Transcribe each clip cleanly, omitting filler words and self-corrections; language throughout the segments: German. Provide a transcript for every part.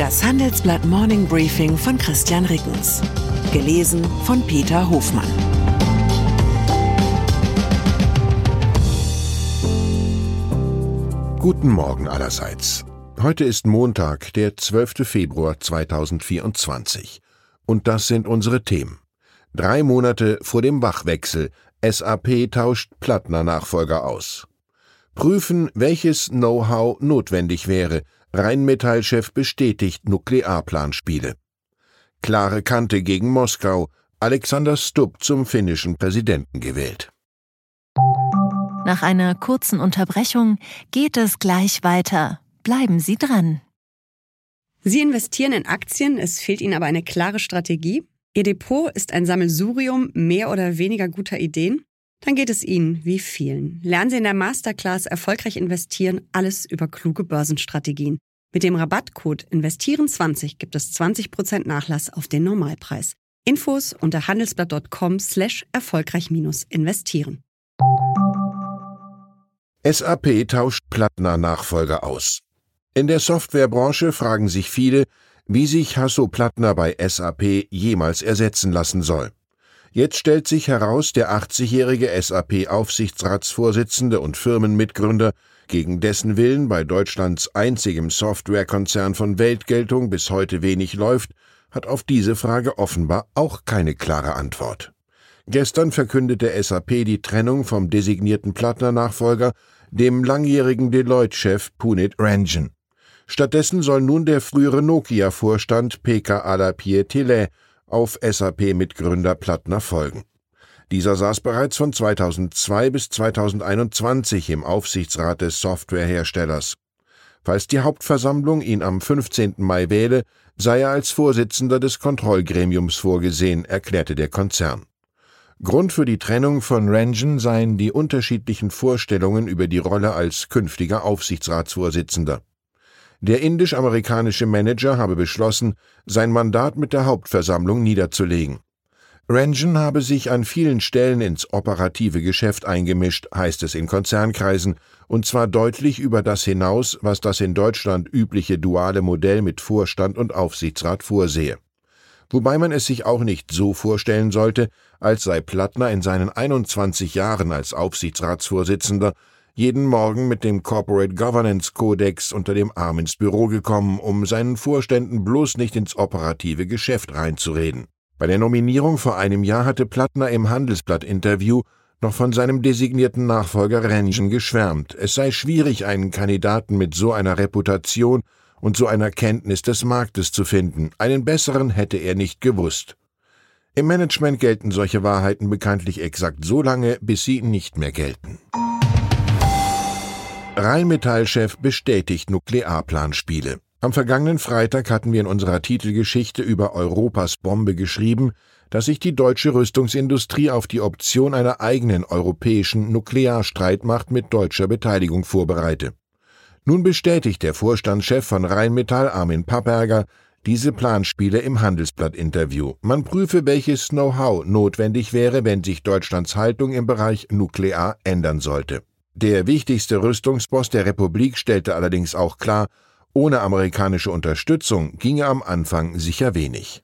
Das Handelsblatt Morning Briefing von Christian Rickens. Gelesen von Peter Hofmann. Guten Morgen allerseits. Heute ist Montag, der 12. Februar 2024. Und das sind unsere Themen. 3 Monate vor dem Wachwechsel. SAP tauscht Plattner-Nachfolger aus. Prüfen, welches Know-how notwendig wäre. Rheinmetall-Chef bestätigt Nuklearplanspiele. Klare Kante gegen Moskau. Alexander Stubb zum finnischen Präsidenten gewählt. Nach einer kurzen Unterbrechung geht es gleich weiter. Bleiben Sie dran. Sie investieren in Aktien, es fehlt Ihnen aber eine klare Strategie. Ihr Depot ist ein Sammelsurium mehr oder weniger guter Ideen. Dann geht es Ihnen wie vielen. Lernen Sie in der Masterclass Erfolgreich investieren, alles über kluge Börsenstrategien. Mit dem Rabattcode INVESTIEREN20 gibt es 20% Nachlass auf den Normalpreis. Infos unter handelsblatt.com/erfolgreich-investieren. SAP tauscht Plattner-Nachfolger aus. In der Softwarebranche fragen sich viele, wie sich Hasso Plattner bei SAP jemals ersetzen lassen soll. Jetzt stellt sich heraus, der 80-jährige SAP-Aufsichtsratsvorsitzende und Firmenmitgründer, gegen dessen Willen bei Deutschlands einzigem Softwarekonzern von Weltgeltung bis heute wenig läuft, hat auf diese Frage offenbar auch keine klare Antwort. Gestern verkündete SAP die Trennung vom designierten Plattner-Nachfolger, dem langjährigen Deloitte-Chef Punit Rengen. Stattdessen soll nun der frühere Nokia-Vorstand Pekka Ala-Pietilä auf SAP-Mitgründer Plattner folgen. Dieser saß bereits von 2002 bis 2021 im Aufsichtsrat des Softwareherstellers. Falls die Hauptversammlung ihn am 15. Mai wähle, sei er als Vorsitzender des Kontrollgremiums vorgesehen, erklärte der Konzern. Grund für die Trennung von Rengen seien die unterschiedlichen Vorstellungen über die Rolle als künftiger Aufsichtsratsvorsitzender. Der indisch-amerikanische Manager habe beschlossen, sein Mandat mit der Hauptversammlung niederzulegen. Rengen habe sich an vielen Stellen ins operative Geschäft eingemischt, heißt es in Konzernkreisen, und zwar deutlich über das hinaus, was das in Deutschland übliche duale Modell mit Vorstand und Aufsichtsrat vorsehe. Wobei man es sich auch nicht so vorstellen sollte, als sei Plattner in seinen 21 Jahren als Aufsichtsratsvorsitzender jeden Morgen mit dem Corporate Governance Kodex unter dem Arm ins Büro gekommen, um seinen Vorständen bloß nicht ins operative Geschäft reinzureden. Bei der Nominierung vor einem Jahr hatte Plattner im Handelsblatt-Interview noch von seinem designierten Nachfolger Rengen geschwärmt. Es sei schwierig, einen Kandidaten mit so einer Reputation und so einer Kenntnis des Marktes zu finden. Einen besseren hätte er nicht gewusst. Im Management gelten solche Wahrheiten bekanntlich exakt so lange, bis sie nicht mehr gelten. Rheinmetall-Chef bestätigt Nuklearplanspiele. Am vergangenen Freitag hatten wir in unserer Titelgeschichte über Europas Bombe geschrieben, dass sich die deutsche Rüstungsindustrie auf die Option einer eigenen europäischen Nuklearstreitmacht mit deutscher Beteiligung vorbereite. Nun bestätigt der Vorstandschef von Rheinmetall, Armin Papperger, diese Planspiele im Handelsblatt-Interview. Man prüfe, welches Know-how notwendig wäre, wenn sich Deutschlands Haltung im Bereich Nuklear ändern sollte. Der wichtigste Rüstungsboss der Republik stellte allerdings auch klar, ohne amerikanische Unterstützung ginge am Anfang sicher wenig.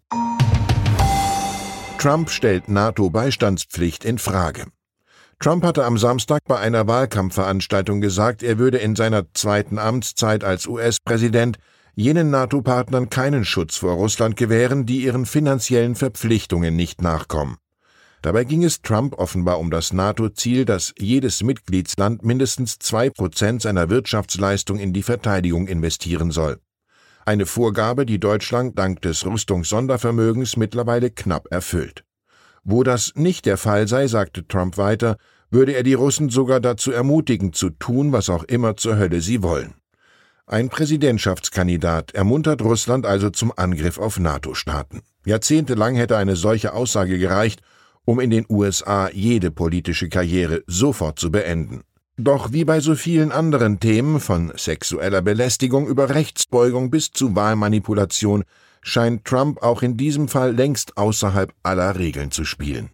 Trump stellt NATO-Beistandspflicht in Frage. Trump hatte am Samstag bei einer Wahlkampfveranstaltung gesagt, er würde in seiner zweiten Amtszeit als US-Präsident jenen NATO-Partnern keinen Schutz vor Russland gewähren, die ihren finanziellen Verpflichtungen nicht nachkommen. Dabei ging es Trump offenbar um das NATO-Ziel, dass jedes Mitgliedsland mindestens 2% seiner Wirtschaftsleistung in die Verteidigung investieren soll. Eine Vorgabe, die Deutschland dank des Rüstungssondervermögens mittlerweile knapp erfüllt. Wo das nicht der Fall sei, sagte Trump weiter, würde er die Russen sogar dazu ermutigen, zu tun, was auch immer zur Hölle sie wollen. Ein Präsidentschaftskandidat ermuntert Russland also zum Angriff auf NATO-Staaten. Jahrzehntelang hätte eine solche Aussage gereicht, um in den USA jede politische Karriere sofort zu beenden. Doch wie bei so vielen anderen Themen, von sexueller Belästigung über Rechtsbeugung bis zu Wahlmanipulation, scheint Trump auch in diesem Fall längst außerhalb aller Regeln zu spielen.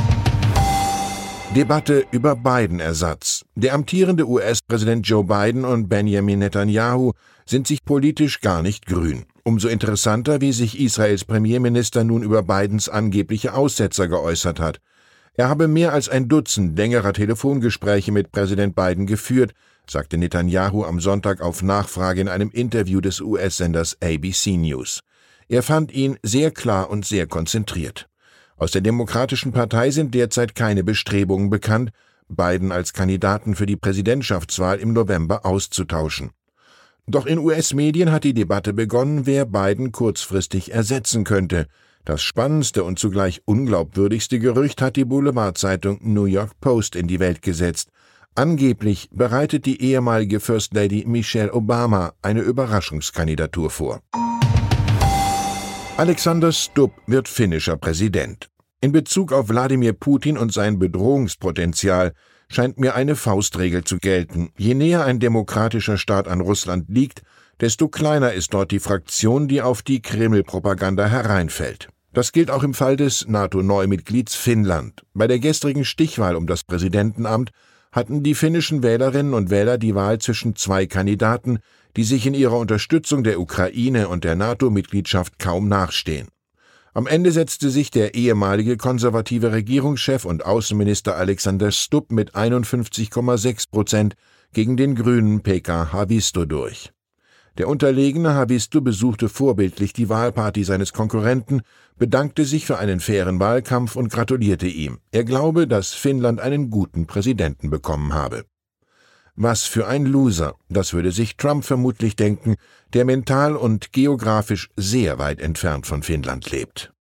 Debatte über Biden-Ersatz. Der amtierende US-Präsident Joe Biden und Benjamin Netanyahu sind sich politisch gar nicht grün. Umso interessanter, wie sich Israels Premierminister nun über Bidens angebliche Aussetzer geäußert hat. Er habe mehr als ein Dutzend längerer Telefongespräche mit Präsident Biden geführt, sagte Netanyahu am Sonntag auf Nachfrage in einem Interview des US-Senders ABC News. Er fand ihn sehr klar und sehr konzentriert. Aus der Demokratischen Partei sind derzeit keine Bestrebungen bekannt, Biden als Kandidaten für die Präsidentschaftswahl im November auszutauschen. Doch in US-Medien hat die Debatte begonnen, wer Biden kurzfristig ersetzen könnte. Das spannendste und zugleich unglaubwürdigste Gerücht hat die Boulevardzeitung New York Post in die Welt gesetzt. Angeblich bereitet die ehemalige First Lady Michelle Obama eine Überraschungskandidatur vor. Alexander Stubb wird finnischer Präsident. In Bezug auf Wladimir Putin und sein Bedrohungspotenzial scheint mir eine Faustregel zu gelten. Je näher ein demokratischer Staat an Russland liegt, desto kleiner ist dort die Fraktion, die auf die Kreml-Propaganda hereinfällt. Das gilt auch im Fall des NATO-Neumitglieds Finnland. Bei der gestrigen Stichwahl um das Präsidentenamt hatten die finnischen Wählerinnen und Wähler die Wahl zwischen zwei Kandidaten, die sich in ihrer Unterstützung der Ukraine und der NATO-Mitgliedschaft kaum nachstehen. Am Ende setzte sich der ehemalige konservative Regierungschef und Außenminister Alexander Stubb mit 51,6% gegen den grünen Pekka Haavisto durch. Der unterlegene Haavisto besuchte vorbildlich die Wahlparty seines Konkurrenten, bedankte sich für einen fairen Wahlkampf und gratulierte ihm. Er glaube, dass Finnland einen guten Präsidenten bekommen habe. Was für ein Loser, das würde sich Trump vermutlich denken, der mental und geografisch sehr weit entfernt von Finnland lebt.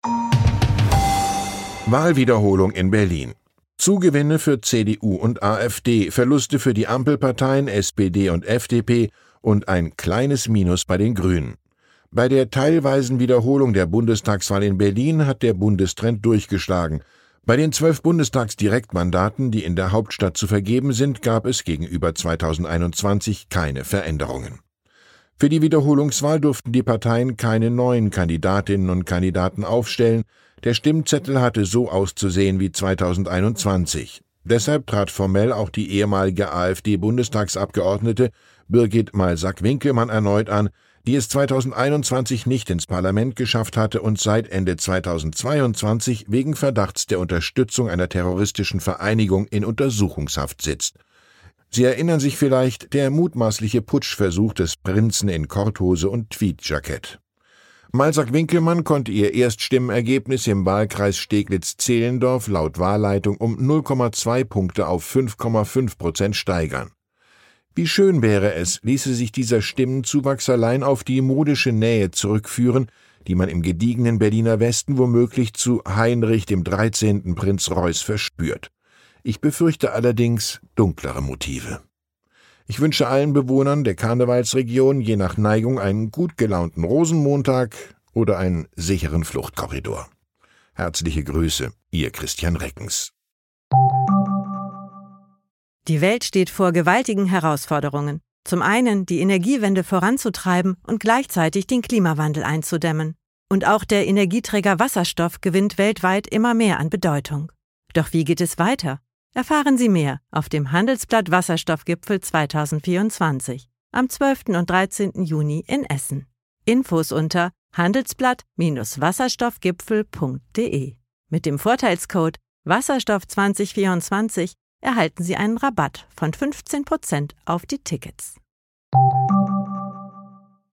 Wahlwiederholung in Berlin. Zugewinne für CDU und AfD, Verluste für die Ampelparteien SPD und FDP und ein kleines Minus bei den Grünen. Bei der teilweisen Wiederholung der Bundestagswahl in Berlin hat der Bundestrend durchgeschlagen. Bei den 12 Bundestagsdirektmandaten, die in der Hauptstadt zu vergeben sind, gab es gegenüber 2021 keine Veränderungen. Für die Wiederholungswahl durften die Parteien keine neuen Kandidatinnen und Kandidaten aufstellen. Der Stimmzettel hatte so auszusehen wie 2021. Deshalb trat formell auch die ehemalige AfD-Bundestagsabgeordnete Birgit Malsack-Winkelmann erneut an, die es 2021 nicht ins Parlament geschafft hatte und seit Ende 2022 wegen Verdachts der Unterstützung einer terroristischen Vereinigung in Untersuchungshaft sitzt. Sie erinnern sich vielleicht, der mutmaßliche Putschversuch des Prinzen in Korthose und Tweedjackett. Malsack-Winkelmann konnte ihr Erststimmenergebnis im Wahlkreis Steglitz-Zehlendorf laut Wahlleitung um 0,2 Punkte auf 5,5% steigern. Wie schön wäre es, ließe sich dieser Stimmenzuwachs allein auf die modische Nähe zurückführen, die man im gediegenen Berliner Westen womöglich zu Heinrich dem 13. Prinz Reuß verspürt. Ich befürchte allerdings dunklere Motive. Ich wünsche allen Bewohnern der Karnevalsregion je nach Neigung einen gut gelaunten Rosenmontag oder einen sicheren Fluchtkorridor. Herzliche Grüße, Ihr Christian Reckens. Die Welt steht vor gewaltigen Herausforderungen. Zum einen die Energiewende voranzutreiben und gleichzeitig den Klimawandel einzudämmen. Und auch der Energieträger Wasserstoff gewinnt weltweit immer mehr an Bedeutung. Doch wie geht es weiter? Erfahren Sie mehr auf dem Handelsblatt Wasserstoffgipfel 2024 am 12. und 13. Juni in Essen. Infos unter handelsblatt-wasserstoffgipfel.de. Mit dem Vorteilscode Wasserstoff2024 erhalten Sie einen Rabatt von 15% auf die Tickets.